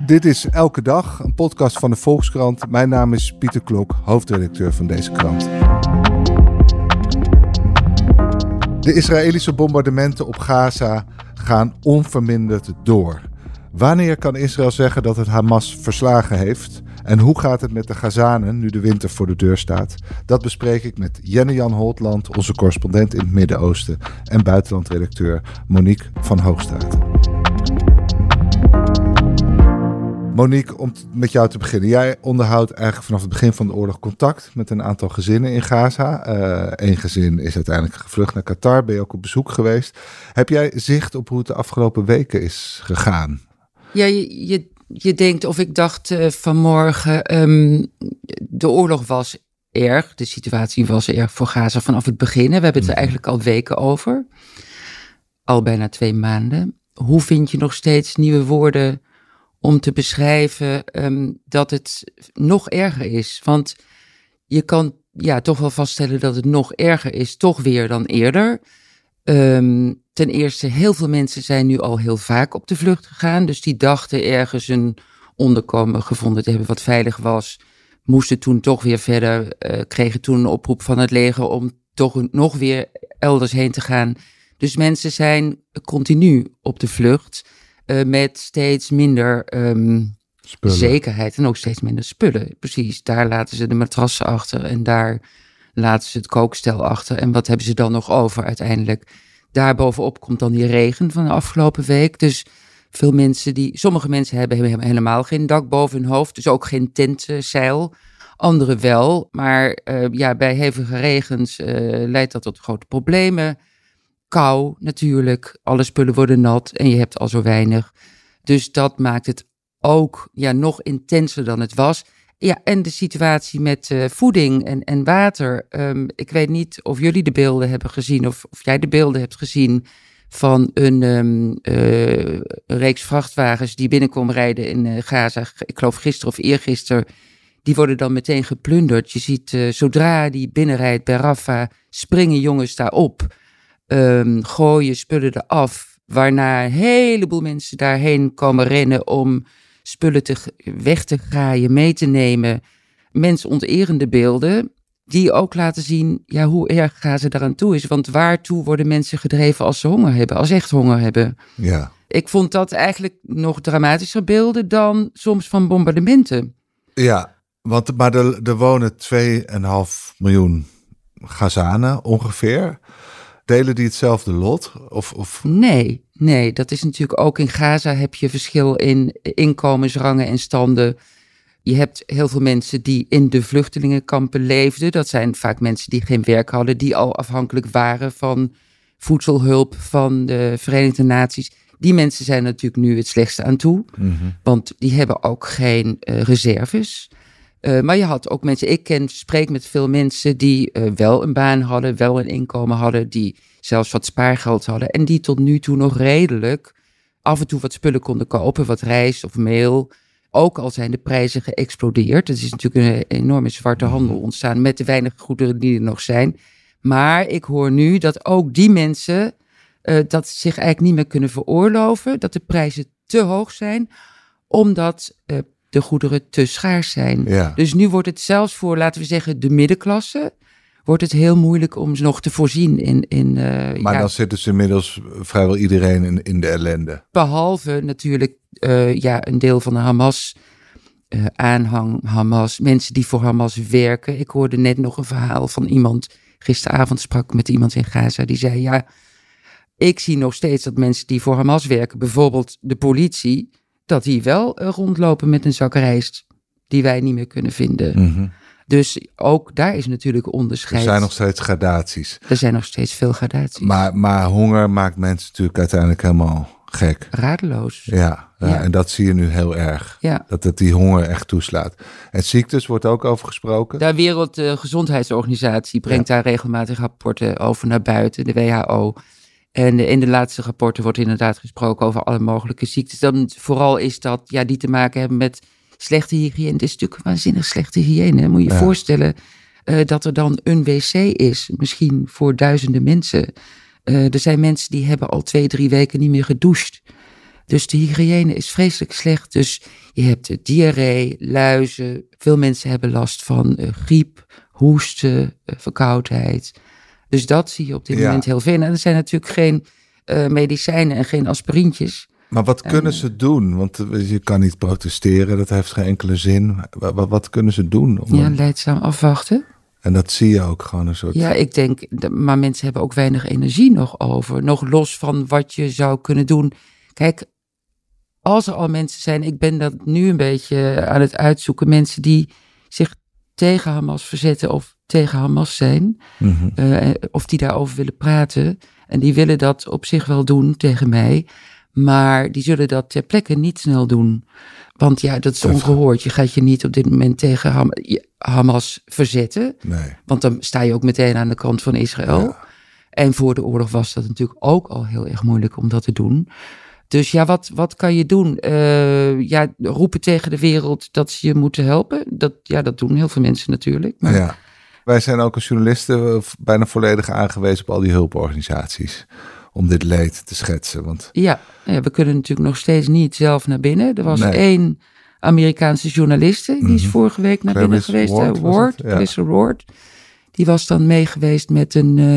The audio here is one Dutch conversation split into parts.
Dit is Elke Dag, een podcast van de Volkskrant. Mijn naam is Pieter Klok, hoofdredacteur van deze krant. De Israëlische bombardementen op Gaza gaan onverminderd door. Wanneer kan Israël zeggen dat het Hamas verslagen heeft? En hoe gaat het met de Gazanen nu de winter voor de deur staat? Dat bespreek ik met Jenny-Jan Holtland, onze correspondent in het Midden-Oosten, en buitenlandredacteur Monique van Hoogstraat. Monique, om met jou te beginnen. Jij onderhoudt eigenlijk vanaf het begin van de oorlog contact met een aantal gezinnen in Gaza. Eén gezin is uiteindelijk gevlucht naar Qatar. Ben je ook op bezoek geweest? Heb jij zicht op hoe het de afgelopen weken is gegaan? Ja, je denkt, of ik dacht vanmorgen, de oorlog was erg. De situatie was erg voor Gaza vanaf het begin. We hebben het er eigenlijk al weken over. Al bijna 2 maanden. Hoe vind je nog steeds nieuwe woorden om te beschrijven dat het nog erger is? Want je kan toch wel vaststellen dat het nog erger is, toch weer dan eerder. Ten eerste, heel veel mensen zijn nu al heel vaak op de vlucht gegaan. Dus die dachten ergens een onderkomen gevonden te hebben wat veilig was. Moesten toen toch weer verder, kregen toen een oproep van het leger om toch nog weer elders heen te gaan. Dus mensen zijn continu op de vlucht. Met steeds minder zekerheid en ook steeds minder spullen. Precies, daar laten ze de matrassen achter en daar laten ze het kookstel achter. En wat hebben ze dan nog over uiteindelijk? Daarbovenop komt dan die regen van de afgelopen week. Dus sommige mensen hebben helemaal geen dak boven hun hoofd. Dus ook geen tentzeil. Anderen wel. Maar bij hevige regens leidt dat tot grote problemen. Kou natuurlijk, alle spullen worden nat en je hebt al zo weinig. Dus dat maakt het ook nog intenser dan het was. Ja, en de situatie met voeding en water. Ik weet niet of jullie de beelden hebben gezien of jij de beelden hebt gezien van een reeks vrachtwagens die binnenkomen rijden in Gaza. Ik geloof gisteren of eergisteren. Die worden dan meteen geplunderd. Je ziet zodra die binnenrijdt bij Rafah, springen jongens daarop. Gooien spullen eraf, waarna een heleboel mensen daarheen komen rennen om spullen weg te graaien, mee te nemen. Mensonterende beelden, die ook laten zien hoe erg Gaza daaraan toe is. Want waartoe worden mensen gedreven als ze honger hebben, als ze echt honger hebben? Ja. Ik vond dat eigenlijk nog dramatischer beelden dan soms van bombardementen. Ja, maar er wonen 2,5 miljoen Gazanen ongeveer. Delen die hetzelfde lot? Of? Nee, dat is natuurlijk ook in Gaza heb je verschil in inkomensrangen en standen. Je hebt heel veel mensen die in de vluchtelingenkampen leefden. Dat zijn vaak mensen die geen werk hadden, die al afhankelijk waren van voedselhulp van de Verenigde Naties. Die mensen zijn natuurlijk nu het slechtste aan toe, want die hebben ook geen reserves. Maar je had ook mensen, spreek met veel mensen die wel een baan hadden, wel een inkomen hadden, die zelfs wat spaargeld hadden en die tot nu toe nog redelijk af en toe wat spullen konden kopen, wat rijst of meel. Ook al zijn de prijzen geëxplodeerd. Het is natuurlijk een enorme zwarte handel ontstaan met de weinige goederen die er nog zijn. Maar ik hoor nu dat ook die mensen dat zich eigenlijk niet meer kunnen veroorloven, dat de prijzen te hoog zijn, omdat de goederen te schaars zijn. Ja. Dus nu wordt het zelfs voor, laten we zeggen, de middenklasse, wordt het heel moeilijk om ze nog te voorzien in maar dan zit dus inmiddels vrijwel iedereen in de ellende. Behalve natuurlijk een deel van de Hamas, aanhang Hamas, mensen die voor Hamas werken. Ik hoorde net nog een verhaal van iemand, gisteravond sprak met iemand in Gaza, die zei, ik zie nog steeds dat mensen die voor Hamas werken, bijvoorbeeld de politie, dat die wel rondlopen met een zak rijst die wij niet meer kunnen vinden. Mm-hmm. Dus ook daar is natuurlijk onderscheid. Er zijn nog steeds gradaties. Er zijn nog steeds veel gradaties. Maar honger maakt mensen natuurlijk uiteindelijk helemaal gek. Radeloos. Ja, en dat zie je nu heel erg. Ja. Dat het die honger echt toeslaat. En ziektes wordt ook over gesproken. De Wereldgezondheidsorganisatie brengt daar regelmatig rapporten over naar buiten, de WHO. En in de laatste rapporten wordt inderdaad gesproken over alle mogelijke ziektes. Dan vooral is dat die te maken hebben met slechte hygiëne. Het is natuurlijk waanzinnig slechte hygiëne. Moet je je voorstellen dat er dan een wc is, misschien voor duizenden mensen. Er zijn mensen die hebben al 2-3 weken niet meer gedoucht. Dus de hygiëne is vreselijk slecht. Dus je hebt diarree, luizen. Veel mensen hebben last van griep, hoesten, verkoudheid. Dus dat zie je op dit moment heel veel. En er zijn natuurlijk geen medicijnen en geen aspirintjes. Maar wat kunnen ze doen? Want je kan niet protesteren, dat heeft geen enkele zin. Wat kunnen ze doen? Leidzaam afwachten. En dat zie je ook gewoon een soort... Ja, ik denk, maar mensen hebben ook weinig energie nog over. Nog los van wat je zou kunnen doen. Kijk, als er al mensen zijn, ik ben dat nu een beetje aan het uitzoeken. Mensen die zich tegen Hamas verzetten of tegen Hamas zijn. Mm-hmm. Of die daarover willen praten. En die willen dat op zich wel doen tegen mij. Maar die zullen dat ter plekke niet snel doen. Want ja, dat is ongehoord. Je gaat je niet op dit moment tegen Hamas verzetten. Nee. Want dan sta je ook meteen aan de kant van Israël. Ja. En voor de oorlog was dat natuurlijk ook al heel erg moeilijk om dat te doen. Dus ja, wat kan je doen? Roepen tegen de wereld dat ze je moeten helpen. Dat doen heel veel mensen natuurlijk. Maar... Ja. Wij zijn ook als journalisten bijna volledig aangewezen op al die hulporganisaties. Om dit leed te schetsen. Want... Ja, we kunnen natuurlijk nog steeds niet zelf naar binnen. Er was één Amerikaanse journaliste, die is vorige week naar binnen geweest. Clarissa Ward. Die was dan mee geweest met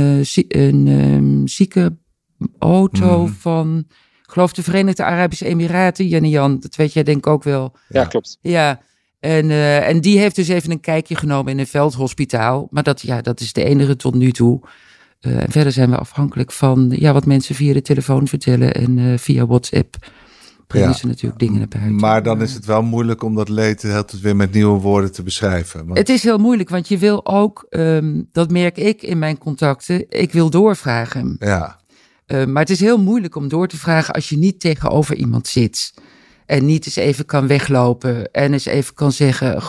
een ziekenauto van, ik geloof de Verenigde Arabische Emiraten. Jan, dat weet jij denk ik ook wel. Ja, klopt. Ja, en die heeft dus even een kijkje genomen in een veldhospitaal. Maar dat is de enige tot nu toe. En verder zijn we afhankelijk van wat mensen via de telefoon vertellen en via WhatsApp brengen ze natuurlijk dingen naar buiten. Maar dan is het wel moeilijk om dat leed altijd weer met nieuwe woorden te beschrijven. Want... Het is heel moeilijk, want je wil ook, dat merk ik in mijn contacten, ik wil doorvragen. Ja. Maar het is heel moeilijk om door te vragen als je niet tegenover iemand zit. En niet eens even kan weglopen en eens even kan zeggen,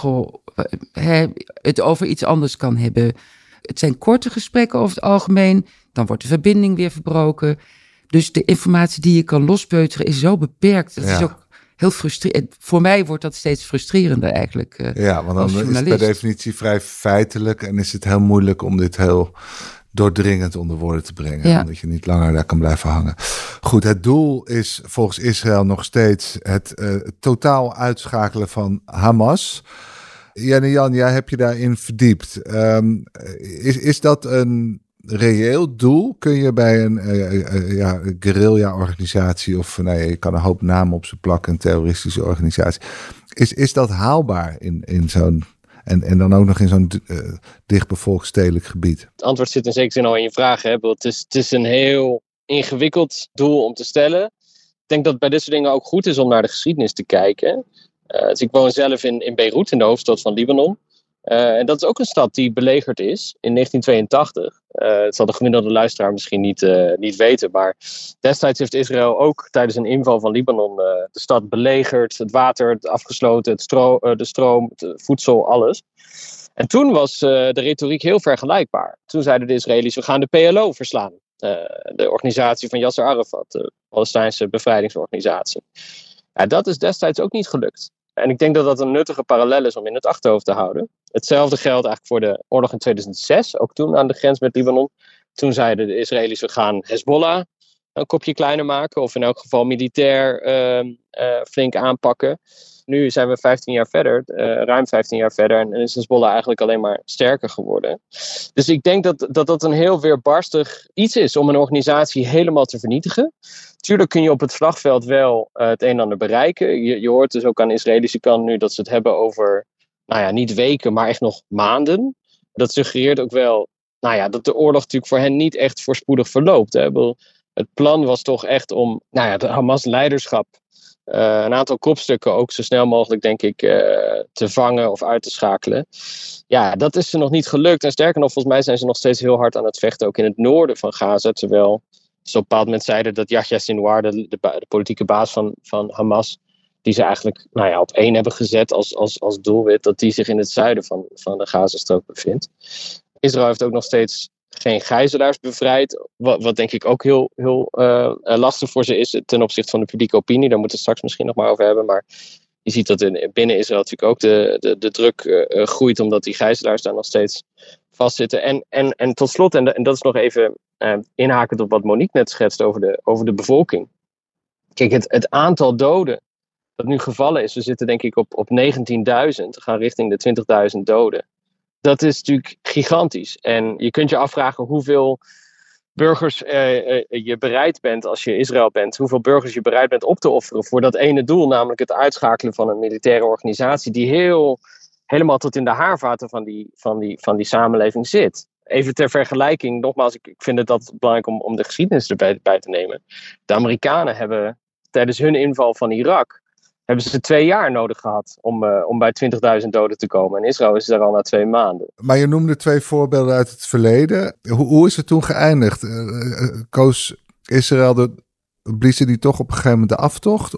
het over iets anders kan hebben. Het zijn korte gesprekken over het algemeen. Dan wordt de verbinding weer verbroken. Dus de informatie die je kan lospeuteren is zo beperkt. Dat is ook heel frustrerend. Voor mij wordt dat steeds frustrerender eigenlijk. Want dan is het per definitie vrij feitelijk. En is het heel moeilijk om dit heel doordringend onder woorden te brengen. Ja. Omdat je niet langer daar kan blijven hangen. Goed, het doel is volgens Israël nog steeds het totaal uitschakelen van Hamas. Jan, jij hebt je daarin verdiept. Is dat een reëel doel? Kun je bij een guerrilla-organisatie of je kan een hoop namen op ze plakken, een terroristische organisatie. Is dat haalbaar in zo'n en dan ook nog in zo'n dichtbevolkt stedelijk gebied? Het antwoord zit in zekere zin al in je vraag. Hè? Het is een heel ingewikkeld doel om te stellen. Ik denk dat het bij dit soort dingen ook goed is om naar de geschiedenis te kijken. Dus ik woon zelf in Beirut, in de hoofdstad van Libanon. En dat is ook een stad die belegerd is in 1982. Dat zal de gemiddelde luisteraar misschien niet weten. Maar destijds heeft Israël ook tijdens een inval van Libanon de stad belegerd. Het water afgesloten, de stroom, het voedsel, alles. En toen was de retoriek heel vergelijkbaar. Toen zeiden de Israëli's, we gaan de PLO verslaan. De organisatie van Yasser Arafat, de Palestijnse bevrijdingsorganisatie. Ja, dat is destijds ook niet gelukt. En ik denk dat dat een nuttige parallel is om in het achterhoofd te houden. Hetzelfde geldt eigenlijk voor de oorlog in 2006, ook toen aan de grens met Libanon. Toen zeiden de Israëli's, we gaan Hezbollah een kopje kleiner maken, of in elk geval militair flink aanpakken. Nu zijn we 15 jaar verder, ruim 15 jaar verder, en is Hezbollah eigenlijk alleen maar sterker geworden. Dus ik denk dat een heel weerbarstig iets is om een organisatie helemaal te vernietigen. Tuurlijk kun je op het slagveld wel het een en ander bereiken. Je hoort dus ook aan de Israëlische kant nu dat ze het hebben over, niet weken, maar echt nog maanden. Dat suggereert ook wel, dat de oorlog natuurlijk voor hen niet echt voorspoedig verloopt. Hè. Het plan was toch echt om, de Hamas-leiderschap, een aantal kopstukken ook zo snel mogelijk, denk ik, te vangen of uit te schakelen. Ja, dat is ze nog niet gelukt. En sterker nog, volgens mij zijn ze nog steeds heel hard aan het vechten, ook in het noorden van Gaza, terwijl ze op een bepaald moment zeiden dat Yahya Sinwar, de politieke baas van Hamas, die ze eigenlijk op één hebben gezet als doelwit, dat die zich in het zuiden van de Gazastrook bevindt. Israël heeft ook nog steeds geen gijzelaars bevrijd, wat denk ik ook heel lastig voor ze is ten opzichte van de publieke opinie. Daar moeten we het straks misschien nog maar over hebben, maar je ziet dat binnen Israël natuurlijk ook de druk groeit, omdat die gijzelaars daar nog steeds vastzitten. En tot slot, en dat is nog even inhakend op wat Monique net schetst over de bevolking. Kijk, het aantal doden dat nu gevallen is, we zitten denk ik op 19.000, we gaan richting de 20.000 doden. Dat is natuurlijk gigantisch. En je kunt je afvragen hoeveel burgers je bereid bent, als je Israël bent, hoeveel burgers je bereid bent op te offeren voor dat ene doel, namelijk het uitschakelen van een militaire organisatie die helemaal tot in de haarvaten van die samenleving zit. Even ter vergelijking, nogmaals, ik vind het dat belangrijk om de geschiedenis erbij te nemen. De Amerikanen hebben tijdens hun inval van Irak, hebben ze 2 jaar nodig gehad om bij 20.000 doden te komen. En Israël is er al na 2 maanden. Maar je noemde 2 voorbeelden uit het verleden. Hoe is het toen geëindigd? Koos Israël, bliezen die toch op een gegeven moment de aftocht?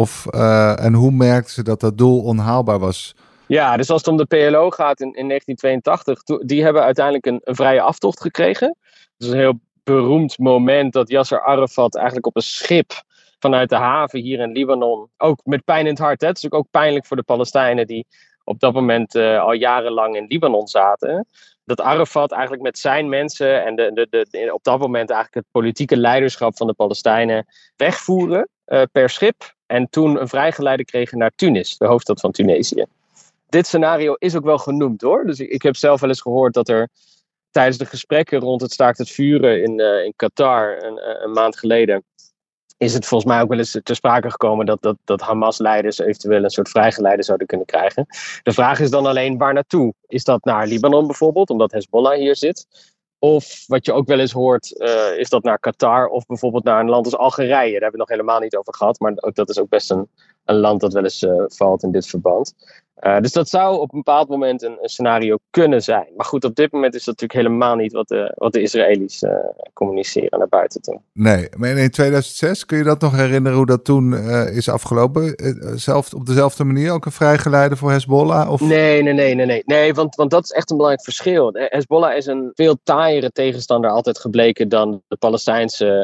En hoe merkten ze dat doel onhaalbaar was? Ja, dus als het om de PLO gaat in 1982, die hebben uiteindelijk een vrije aftocht gekregen. Dat is een heel beroemd moment dat Yasser Arafat eigenlijk op een schip vanuit de haven hier in Libanon, ook met pijn in het hart. Het is natuurlijk ook pijnlijk voor de Palestijnen die op dat moment al jarenlang in Libanon zaten. Dat Arafat eigenlijk met zijn mensen en op dat moment eigenlijk het politieke leiderschap van de Palestijnen wegvoeren per schip. En toen een vrijgeleide kregen naar Tunis, de hoofdstad van Tunesië. Dit scenario is ook wel genoemd hoor. Dus ik heb zelf wel eens gehoord dat er tijdens de gesprekken rond het staakt het vuren in Qatar een maand geleden, is het volgens mij ook wel eens ter sprake gekomen dat Hamas-leiders eventueel een soort vrijgeleide zouden kunnen krijgen. De vraag is dan alleen waar naartoe? Is dat naar Libanon bijvoorbeeld, omdat Hezbollah hier zit? Of wat je ook wel eens hoort, is dat naar Qatar of bijvoorbeeld naar een land als Algerije. Daar hebben we het nog helemaal niet over gehad, maar ook, dat is ook best een land dat wel eens valt in dit verband. Dus dat zou op een bepaald moment een scenario kunnen zijn. Maar goed, op dit moment is dat natuurlijk helemaal niet wat de Israëli's communiceren naar buiten toe. Nee, maar in 2006, kun je dat nog herinneren hoe dat toen is afgelopen? Op dezelfde manier ook een vrijgeleide voor Hezbollah? Of? Nee, want dat is echt een belangrijk verschil. Hezbollah is een veel taaiere tegenstander altijd gebleken dan de Palestijnse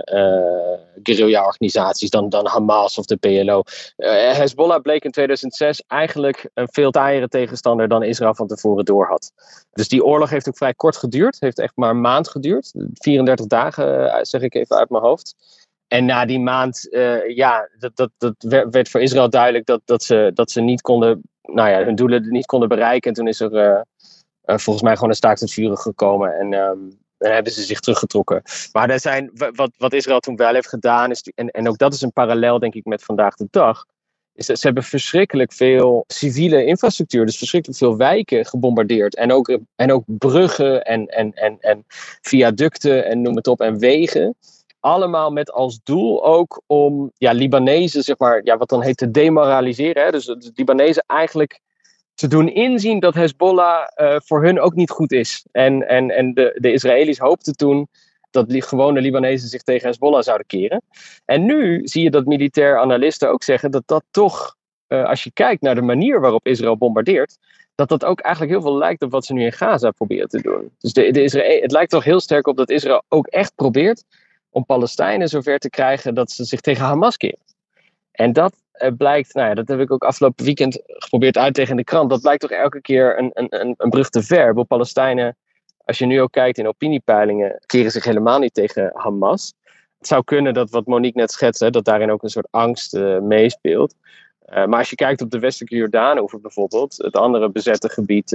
guerrilla-organisaties, dan Hamas of de PLO. Hezbollah bleek in 2006 eigenlijk een veel taaiere tegenstander dan Israël van tevoren doorhad. Dus die oorlog heeft ook vrij kort geduurd. Heeft echt maar een maand geduurd. 34 dagen, zeg ik even uit mijn hoofd. En na die maand, dat werd voor Israël duidelijk dat ze niet konden, hun doelen niet konden bereiken. En toen is er volgens mij gewoon een staakt het vuren gekomen. En hebben ze zich teruggetrokken. Maar wat Israël toen wel heeft gedaan, en ook dat is een parallel denk ik met vandaag de dag, is dat ze hebben verschrikkelijk veel civiele infrastructuur, dus verschrikkelijk veel wijken gebombardeerd. En ook bruggen en viaducten en noem het op, en wegen. Allemaal met als doel ook om Libanezen, zeg maar, wat dan heet te demoraliseren. Hè? Dus de Libanezen eigenlijk te doen inzien dat Hezbollah voor hun ook niet goed is. En de Israëli's hoopten toen dat gewone Libanezen zich tegen Hezbollah zouden keren. En nu zie je dat militair analisten ook zeggen dat toch, als je kijkt naar de manier waarop Israël bombardeert, dat ook eigenlijk heel veel lijkt op wat ze nu in Gaza proberen te doen. Dus het lijkt toch heel sterk op dat Israël ook echt probeert om Palestijnen zover te krijgen dat ze zich tegen Hamas keren. En dat blijkt, dat heb ik ook afgelopen weekend geprobeerd uit tegen de krant, dat blijkt toch elke keer een brug te ver. Bij Palestijnen, als je nu ook kijkt in opiniepeilingen, keren zich helemaal niet tegen Hamas. Het zou kunnen dat wat Monique net schetste, dat daarin ook een soort angst meespeelt. Maar als je kijkt op de westelijke Jordaanoever bijvoorbeeld, het andere bezette gebied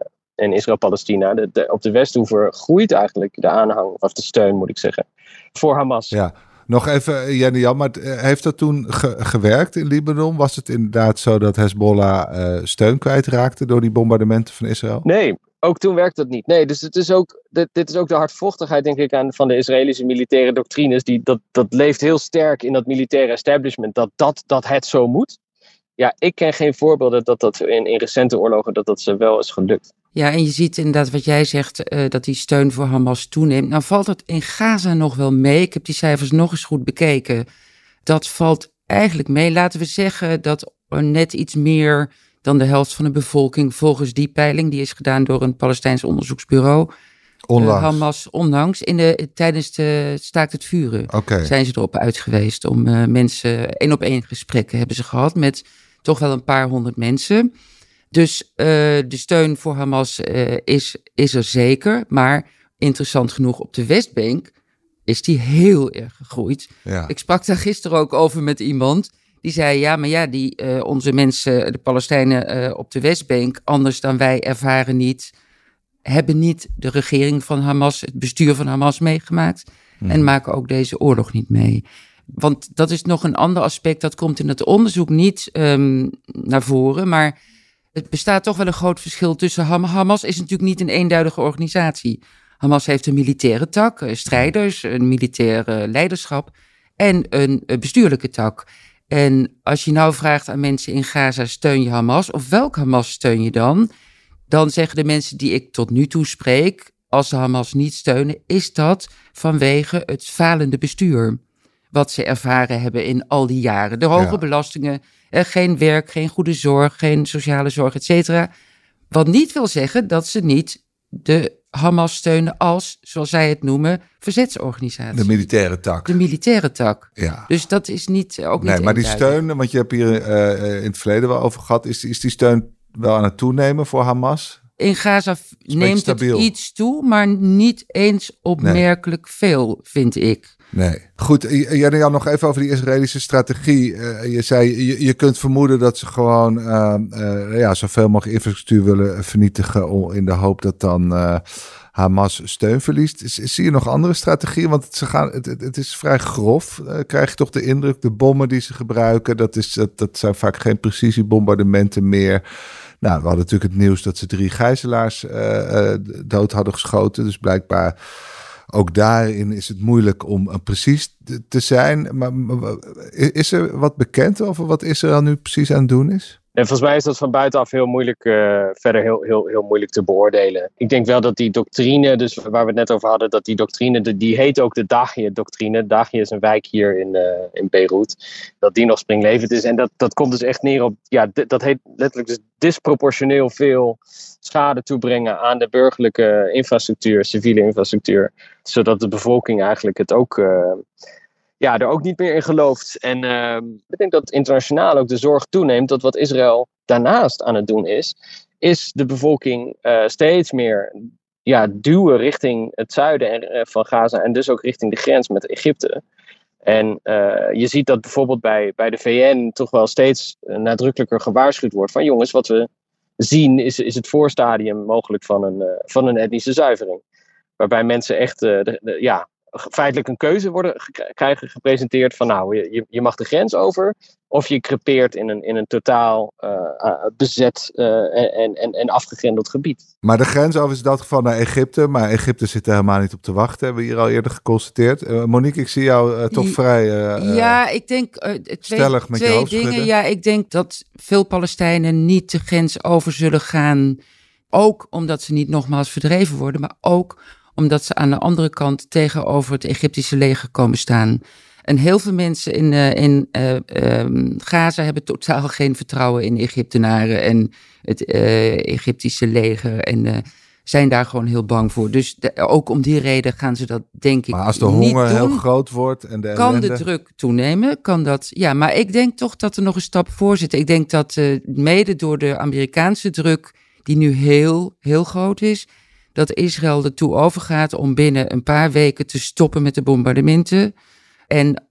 in Israël-Palestina, op de Westhoever groeit eigenlijk de aanhang, of de steun moet ik zeggen, voor Hamas. Ja. Nog even, Jenny-Jan, maar heeft dat toen gewerkt in Libanon? Was het inderdaad zo dat Hezbollah steun kwijtraakte door die bombardementen van Israël? Nee, ook toen werkte dat niet. Nee, dus dit is ook de hardvochtigheid, denk ik, van de Israëlische militaire doctrines. Dat leeft heel sterk in dat militaire establishment, dat het zo moet. Ja, ik ken geen voorbeelden dat in recente oorlogen dat ze wel is gelukt. Ja, en je ziet inderdaad wat jij zegt, dat die steun voor Hamas toeneemt. Nou valt het in Gaza nog wel mee. Ik heb die cijfers nog eens goed bekeken. Dat valt eigenlijk mee. Laten we zeggen dat er net iets meer dan de helft van de bevolking, volgens die peiling, die is gedaan door een Palestijns onderzoeksbureau. Onlangs, tijdens de staakt het vuren zijn ze erop uit geweest om mensen 1-op-1 gesprekken hebben ze gehad met toch wel een paar honderd mensen. Dus de steun voor Hamas is er zeker. Maar interessant genoeg, op de Westbank is die heel erg gegroeid. Ja. Ik sprak daar gisteren ook over met iemand. Die zei, onze mensen, de Palestijnen op de Westbank, anders dan wij hebben niet de regering van Hamas, het bestuur van Hamas meegemaakt. En maken ook deze oorlog niet mee. Want dat is nog een ander aspect, dat komt in het onderzoek niet naar voren. Maar het bestaat toch wel een groot verschil tussen Hamas is natuurlijk niet een eenduidige organisatie. Hamas heeft een militaire tak, strijders, een militaire leiderschap en een bestuurlijke tak. En als je nou vraagt aan mensen in Gaza, steun je Hamas? Of welk Hamas steun je dan? Dan zeggen de mensen die ik tot nu toe spreek, als ze Hamas niet steunen, is dat vanwege het falende bestuur. Wat ze ervaren hebben in al die jaren. De hoge belastingen, geen werk, geen goede zorg, geen sociale zorg, et cetera. Wat niet wil zeggen dat ze niet de Hamas steunen als, zoals zij het noemen, verzetsorganisatie. De militaire tak. De militaire tak. Ja. Dus dat is niet ook niet. Nee, maar die steun, want je hebt hier in het verleden wel over gehad, is die steun wel aan het toenemen voor Hamas? In Gaza neemt het iets toe, maar niet eens opmerkelijk veel, vind ik. Nee. Goed, Jan, nog even over die Israëlische strategie. Je zei, je kunt vermoeden dat ze gewoon zoveel mogelijk infrastructuur willen vernietigen in de hoop dat dan Hamas steun verliest. Zie je nog andere strategieën? Want het is vrij grof. Krijg je toch de indruk, de bommen die ze gebruiken, dat zijn vaak geen precisiebombardementen meer. Nou, we hadden natuurlijk het nieuws dat ze 3 gijzelaars dood hadden geschoten. Dus blijkbaar ook daarin is het moeilijk om precies te zijn. Maar is er wat bekend over wat Israël nu precies aan het doen is? En volgens mij is dat van buitenaf heel moeilijk, verder heel moeilijk te beoordelen. Ik denk wel dat die doctrine, dus waar we het net over hadden, dat die doctrine, die heet ook de Dagje-doctrine. Dagje is een wijk hier in Beirut. Dat die nog springlevend is. En dat komt dus echt neer op, dat heet letterlijk dus disproportioneel veel schade toebrengen aan de burgerlijke infrastructuur, civiele infrastructuur. Zodat de bevolking eigenlijk het ook er ook niet meer in gelooft. En ik denk dat internationaal ook de zorg toeneemt dat wat Israël daarnaast aan het doen is de bevolking steeds meer duwen richting het zuiden van Gaza en dus ook richting de grens met Egypte. En je ziet dat bijvoorbeeld bij de VN toch wel steeds nadrukkelijker gewaarschuwd wordt van jongens, wat we zien is het voorstadium mogelijk van een etnische zuivering. Waarbij mensen echt feitelijk een keuze krijgen gepresenteerd van je mag de grens over of je crepeert in een totaal bezet en afgegrendeld gebied. Maar de grens over is in dat geval naar Egypte, maar Egypte zit er helemaal niet op te wachten, hebben we hier al eerder geconstateerd. Monique, ik zie jou toch vrij ik denk stellig met je hoofd dingen. schudden. Ja, ik denk dat veel Palestijnen niet de grens over zullen gaan, ook omdat ze niet nogmaals verdreven worden, maar ook omdat ze aan de andere kant tegenover het Egyptische leger komen staan. En heel veel mensen in Gaza hebben totaal geen vertrouwen in Egyptenaren en het Egyptische leger. En zijn daar gewoon heel bang voor. Dus ook om die reden gaan ze dat, denk ik, maar als de niet honger doen. heel groot wordt en de kan ellende, de druk toenemen, kan dat. Ja, maar ik denk toch dat er nog een stap voor zit. Ik denk dat mede door de Amerikaanse druk, die nu heel, heel groot is, dat Israël ertoe overgaat om binnen een paar weken te stoppen met de bombardementen. En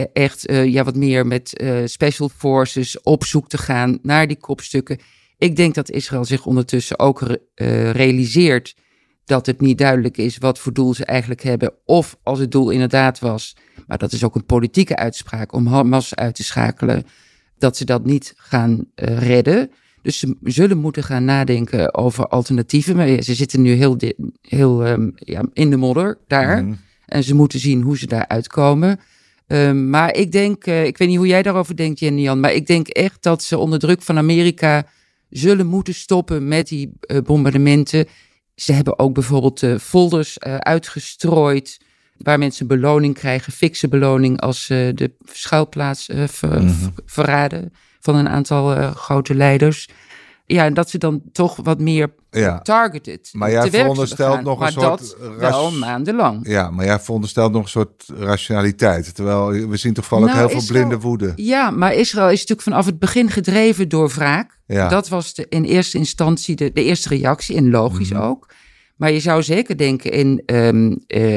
wat meer met special forces op zoek te gaan naar die kopstukken. Ik denk dat Israël zich ondertussen ook realiseert dat het niet duidelijk is wat voor doel ze eigenlijk hebben. Of als het doel inderdaad was, maar dat is ook een politieke uitspraak om Hamas uit te schakelen, dat ze dat niet gaan redden. Dus ze zullen moeten gaan nadenken over alternatieven. Maar ze zitten nu heel in de modder daar. Mm. En ze moeten zien hoe ze daar uitkomen. Maar ik denk, ik weet niet hoe jij daarover denkt, Jan, maar ik denk echt dat ze onder druk van Amerika zullen moeten stoppen met die bombardementen. Ze hebben ook bijvoorbeeld folders uitgestrooid waar mensen beloning krijgen, fikse beloning als de schuilplaats verraden van een aantal grote leiders. Ja, en dat ze dan toch wat meer targeted maar jij veronderstelt nog een soort wel maandenlang. Ja, maar jij veronderstelt nog een soort rationaliteit. Terwijl we zien toch heel veel blinde woede. Ja, maar Israël is natuurlijk vanaf het begin gedreven door wraak. Ja. Dat was in eerste instantie de eerste reactie en logisch ook. Maar je zou zeker denken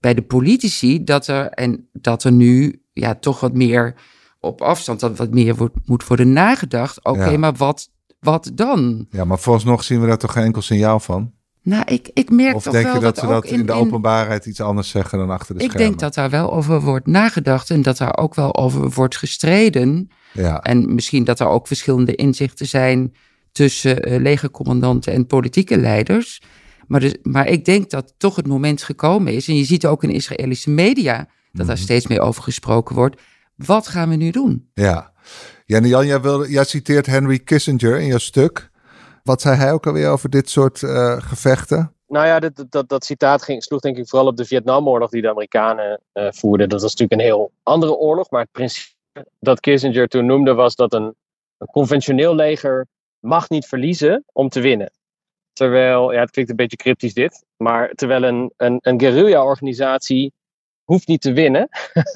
bij de politici dat er nu toch wat meer op afstand, dat wat meer moet worden nagedacht. Oké, maar wat dan? Ja, maar vooralsnog zien we daar toch geen enkel signaal van? Nou, ik merk of toch denk wel je dat ze dat in de openbaarheid iets anders zeggen dan achter de schermen? Ik denk dat daar wel over wordt nagedacht en dat daar ook wel over wordt gestreden. Ja. En misschien dat er ook verschillende inzichten zijn tussen legercommandanten en politieke leiders. Maar ik denk dat toch het moment gekomen is, en je ziet ook in Israëlische media dat daar steeds meer over gesproken wordt. Wat gaan we nu doen? Ja, Jan, jij citeert Henry Kissinger in jouw stuk. Wat zei hij ook alweer over dit soort gevechten? Nou ja, dat citaat sloeg denk ik vooral op de Vietnamoorlog die de Amerikanen voerden. Dat was natuurlijk een heel andere oorlog, maar het principe dat Kissinger toen noemde was dat een conventioneel leger mag niet verliezen om te winnen. Terwijl, het klinkt een beetje cryptisch dit, maar terwijl een guerrilla-organisatie hoeft niet te winnen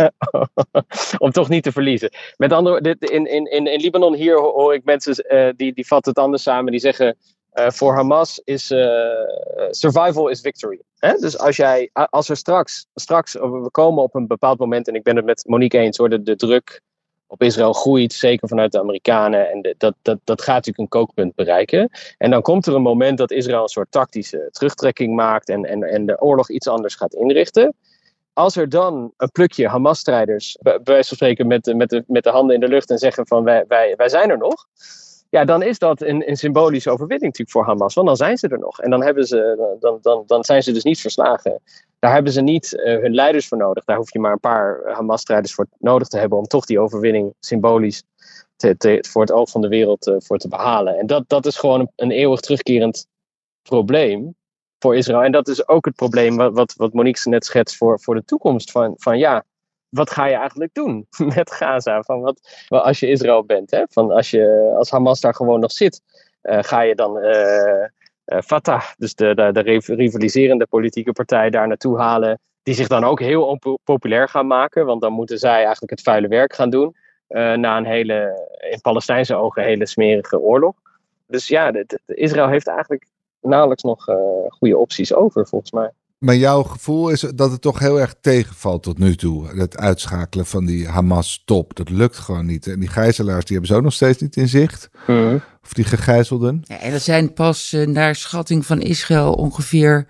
om toch niet te verliezen. Met andere woorden, in Libanon hier hoor ik mensen die vatten het anders samen. Die zeggen, voor Hamas is survival is victory. Hè? Dus als er straks we komen op een bepaald moment, en ik ben het met Monique eens hoor, de druk op Israël groeit, zeker vanuit de Amerikanen. En dat gaat natuurlijk een kookpunt bereiken. En dan komt er een moment dat Israël een soort tactische terugtrekking maakt en de oorlog iets anders gaat inrichten. Als er dan een plukje Hamas-strijders, bij wijze van spreken met de handen in de lucht en zeggen van wij zijn er nog. Ja, dan is dat een symbolische overwinning natuurlijk voor Hamas. Want dan zijn ze er nog. En dan zijn ze dus niet verslagen. Daar hebben ze niet hun leiders voor nodig. Daar hoef je maar een paar Hamas-strijders voor nodig te hebben om toch die overwinning symbolisch voor het oog van de wereld voor te behalen. En dat is gewoon een eeuwig terugkerend probleem voor Israël. En dat is ook het probleem wat Monique net schetst voor de toekomst. Van wat ga je eigenlijk doen met Gaza? Als je Israël bent, hè? Als Hamas daar gewoon nog zit, ga je dan Fatah, dus de rivaliserende politieke partij, daar naartoe halen, die zich dan ook heel onpopulair gaan maken, want dan moeten zij eigenlijk het vuile werk gaan doen, na een in Palestijnse ogen hele smerige oorlog. Dus Israël heeft eigenlijk nauwelijks nog goede opties over, volgens mij. Maar jouw gevoel is dat het toch heel erg tegenvalt tot nu toe. Het uitschakelen van die Hamas-top. Dat lukt gewoon niet. En die gijzelaars die hebben ze ook nog steeds niet in zicht. Mm. Of die gegijzelden. Ja, en er zijn pas naar schatting van Israël ongeveer,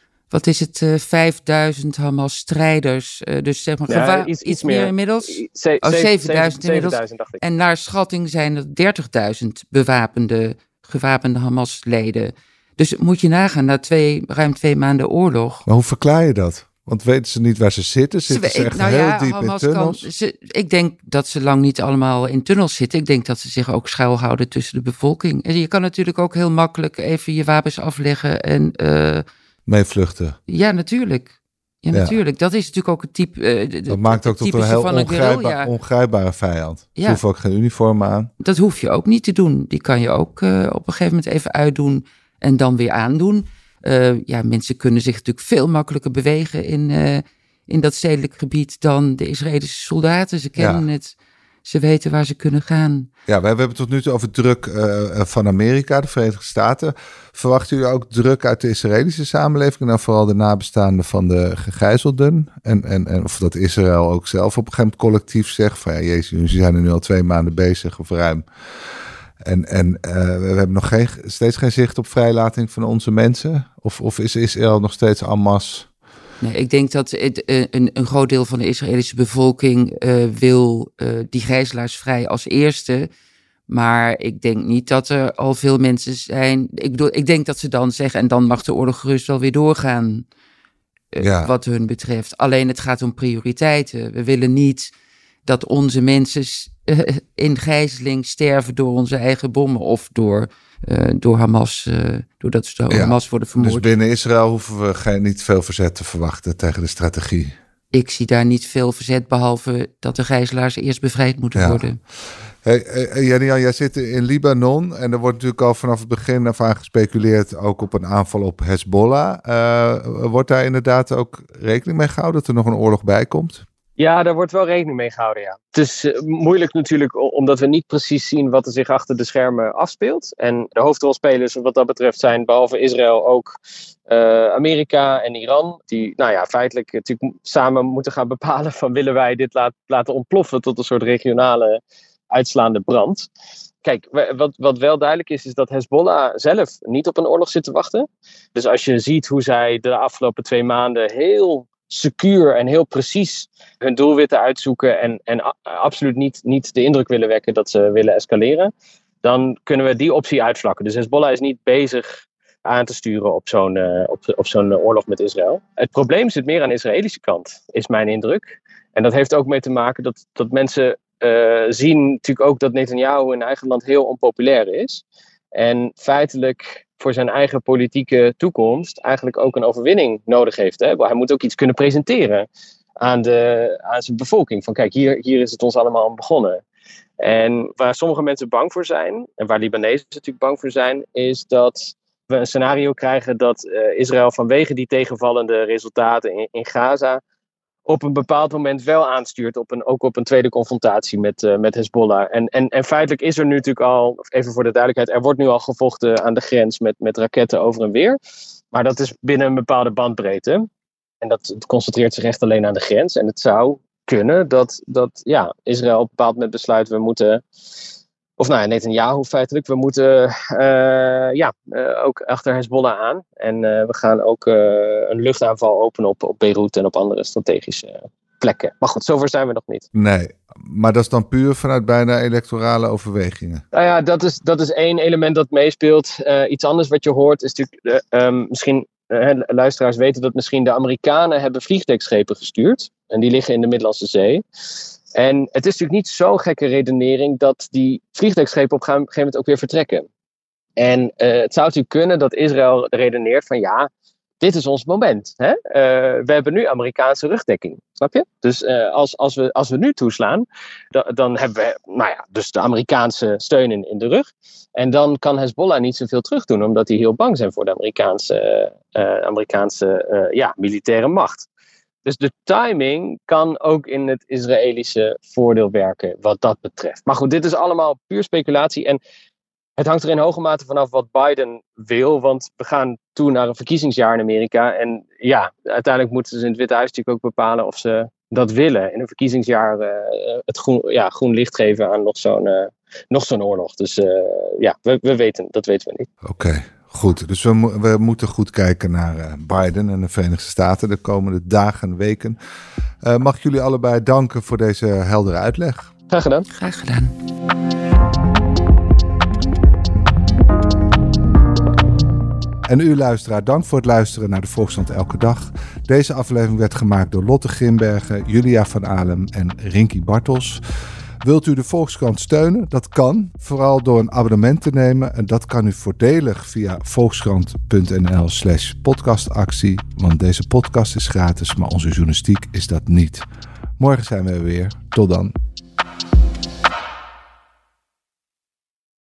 5000 Hamas-strijders. Dus zeg maar iets meer inmiddels. 7000 inmiddels. Dacht ik. En naar schatting zijn er 30.000 gewapende Hamas-leden. Dus moet je nagaan, na ruim 2 maanden oorlog. Maar hoe verklaar je dat? Want weten ze niet waar ze zitten? Zitten ze echt heel diep Hamas in tunnels? Ik denk dat ze lang niet allemaal in tunnels zitten. Ik denk dat ze zich ook schuilhouden tussen de bevolking. En je kan natuurlijk ook heel makkelijk even je wapens afleggen en meevluchten. Ja, natuurlijk. Ja, natuurlijk. Dat is natuurlijk ook het type. Dat maakt ook tot een heel ongrijpbare vijand. Ze hoeven ook geen uniform aan. Dat hoef je ook niet te doen. Die kan je ook op een gegeven moment even uitdoen en dan weer aandoen. Mensen kunnen zich natuurlijk veel makkelijker bewegen in dat stedelijk gebied dan de Israëlische soldaten. Ze kennen het. Ze weten waar ze kunnen gaan. Ja, we hebben tot nu toe over druk van Amerika, de Verenigde Staten. Verwachten jullie ook druk uit de Israëlische samenleving? Nou, vooral de nabestaanden van de gegijzelden. En of dat Israël ook zelf op een gegeven moment collectief zegt van jezus, ze zijn er nu al 2 maanden bezig of ruim. En we hebben nog steeds geen zicht op vrijlating van onze mensen? Of is Israël nog steeds en masse? Nee, ik denk dat een groot deel van de Israëlische bevolking wil die gijzelaars vrij als eerste. Maar ik denk niet dat er al veel mensen zijn. Ik denk dat ze dan zeggen, en dan mag de oorlog gerust wel weer doorgaan. Wat hun betreft. Alleen het gaat om prioriteiten. We willen niet dat onze mensen in gijzeling sterven door onze eigen bommen of door Hamas, doordat ze door Hamas worden vermoord. Dus binnen Israël hoeven we niet veel verzet te verwachten tegen de strategie. Ik zie daar niet veel verzet, behalve dat de gijzelaars eerst bevrijd moeten worden. Hey, Janian, jij zit in Libanon en er wordt natuurlijk al vanaf het begin af aan gespeculeerd ook op een aanval op Hezbollah. Wordt daar inderdaad ook rekening mee gehouden dat er nog een oorlog bij komt? Ja, daar wordt wel rekening mee gehouden, ja. Het is moeilijk natuurlijk, omdat we niet precies zien wat er zich achter de schermen afspeelt. En de hoofdrolspelers wat dat betreft zijn behalve Israël ook Amerika en Iran. Die feitelijk natuurlijk samen moeten gaan bepalen van willen wij dit laten ontploffen tot een soort regionale uitslaande brand. Kijk, wat wel duidelijk is dat Hezbollah zelf niet op een oorlog zit te wachten. Dus als je ziet hoe zij de afgelopen 2 maanden heel secuur en heel precies hun doelwitten uitzoeken en absoluut niet de indruk willen wekken dat ze willen escaleren, dan kunnen we die optie uitvlakken. Dus Hezbollah is niet bezig aan te sturen op zo'n oorlog met Israël. Het probleem zit meer aan de Israëlische kant, is mijn indruk. En dat heeft ook mee te maken dat mensen zien natuurlijk ook dat Netanyahu in eigen land heel onpopulair is. En feitelijk voor zijn eigen politieke toekomst eigenlijk ook een overwinning nodig heeft. Hè? Hij moet ook iets kunnen presenteren aan zijn bevolking. Van kijk, hier is het ons allemaal aan begonnen. En waar sommige mensen bang voor zijn, en waar Libanezen natuurlijk bang voor zijn, is dat we een scenario krijgen dat Israël vanwege die tegenvallende resultaten in Gaza op een bepaald moment wel aanstuurt ook op een tweede confrontatie met Hezbollah. En feitelijk is er nu natuurlijk al, even voor de duidelijkheid, er wordt nu al gevochten aan de grens met raketten over en weer. Maar dat is binnen een bepaalde bandbreedte. En het concentreert zich echt alleen aan de grens. En het zou kunnen dat Israël op een bepaald moment besluit we moeten, Netanyahu feitelijk, we moeten ook achter Hezbollah aan. En we gaan ook een luchtaanval openen op Beirut en op andere strategische plekken. Maar goed, zover zijn we nog niet. Nee, maar dat is dan puur vanuit bijna electorale overwegingen. Nou ja, dat is één element dat meespeelt. Iets anders wat je hoort is natuurlijk, misschien luisteraars weten dat misschien de Amerikanen hebben vliegdekschepen gestuurd. En die liggen in de Middellandse Zee. En het is natuurlijk niet zo'n gekke redenering dat die vliegdekschepen op een gegeven moment ook weer vertrekken. En het zou natuurlijk kunnen dat Israël redeneert van dit is ons moment. Hè? We hebben nu Amerikaanse rugdekking, snap je? Dus als we nu toeslaan, dan hebben we dus de Amerikaanse steun in de rug. En dan kan Hezbollah niet zoveel terug doen, omdat die heel bang zijn voor de Amerikaanse militaire macht. Dus de timing kan ook in het Israëlische voordeel werken wat dat betreft. Maar goed, dit is allemaal puur speculatie. En het hangt er in hoge mate vanaf wat Biden wil. Want we gaan toe naar een verkiezingsjaar in Amerika. En uiteindelijk moeten ze in het Witte Huis natuurlijk ook bepalen of ze dat willen. In een verkiezingsjaar het groen licht geven aan nog zo'n oorlog. Dus dat weten we niet. Oké. Goed, dus we moeten goed kijken naar Biden en de Verenigde Staten de komende dagen en weken. Mag ik jullie allebei danken voor deze heldere uitleg. Graag gedaan. Graag gedaan. En u luisteraar, dank voor het luisteren naar de Volkskrant Elke Dag. Deze aflevering werd gemaakt door Lotte Grimbergen, Julia van Alem en Rinky Bartels. Wilt u de Volkskrant steunen? Dat kan, vooral door een abonnement te nemen. En dat kan u voordelig via volkskrant.nl/podcastactie. Want deze podcast is gratis, maar onze journalistiek is dat niet. Morgen zijn we weer. Tot dan.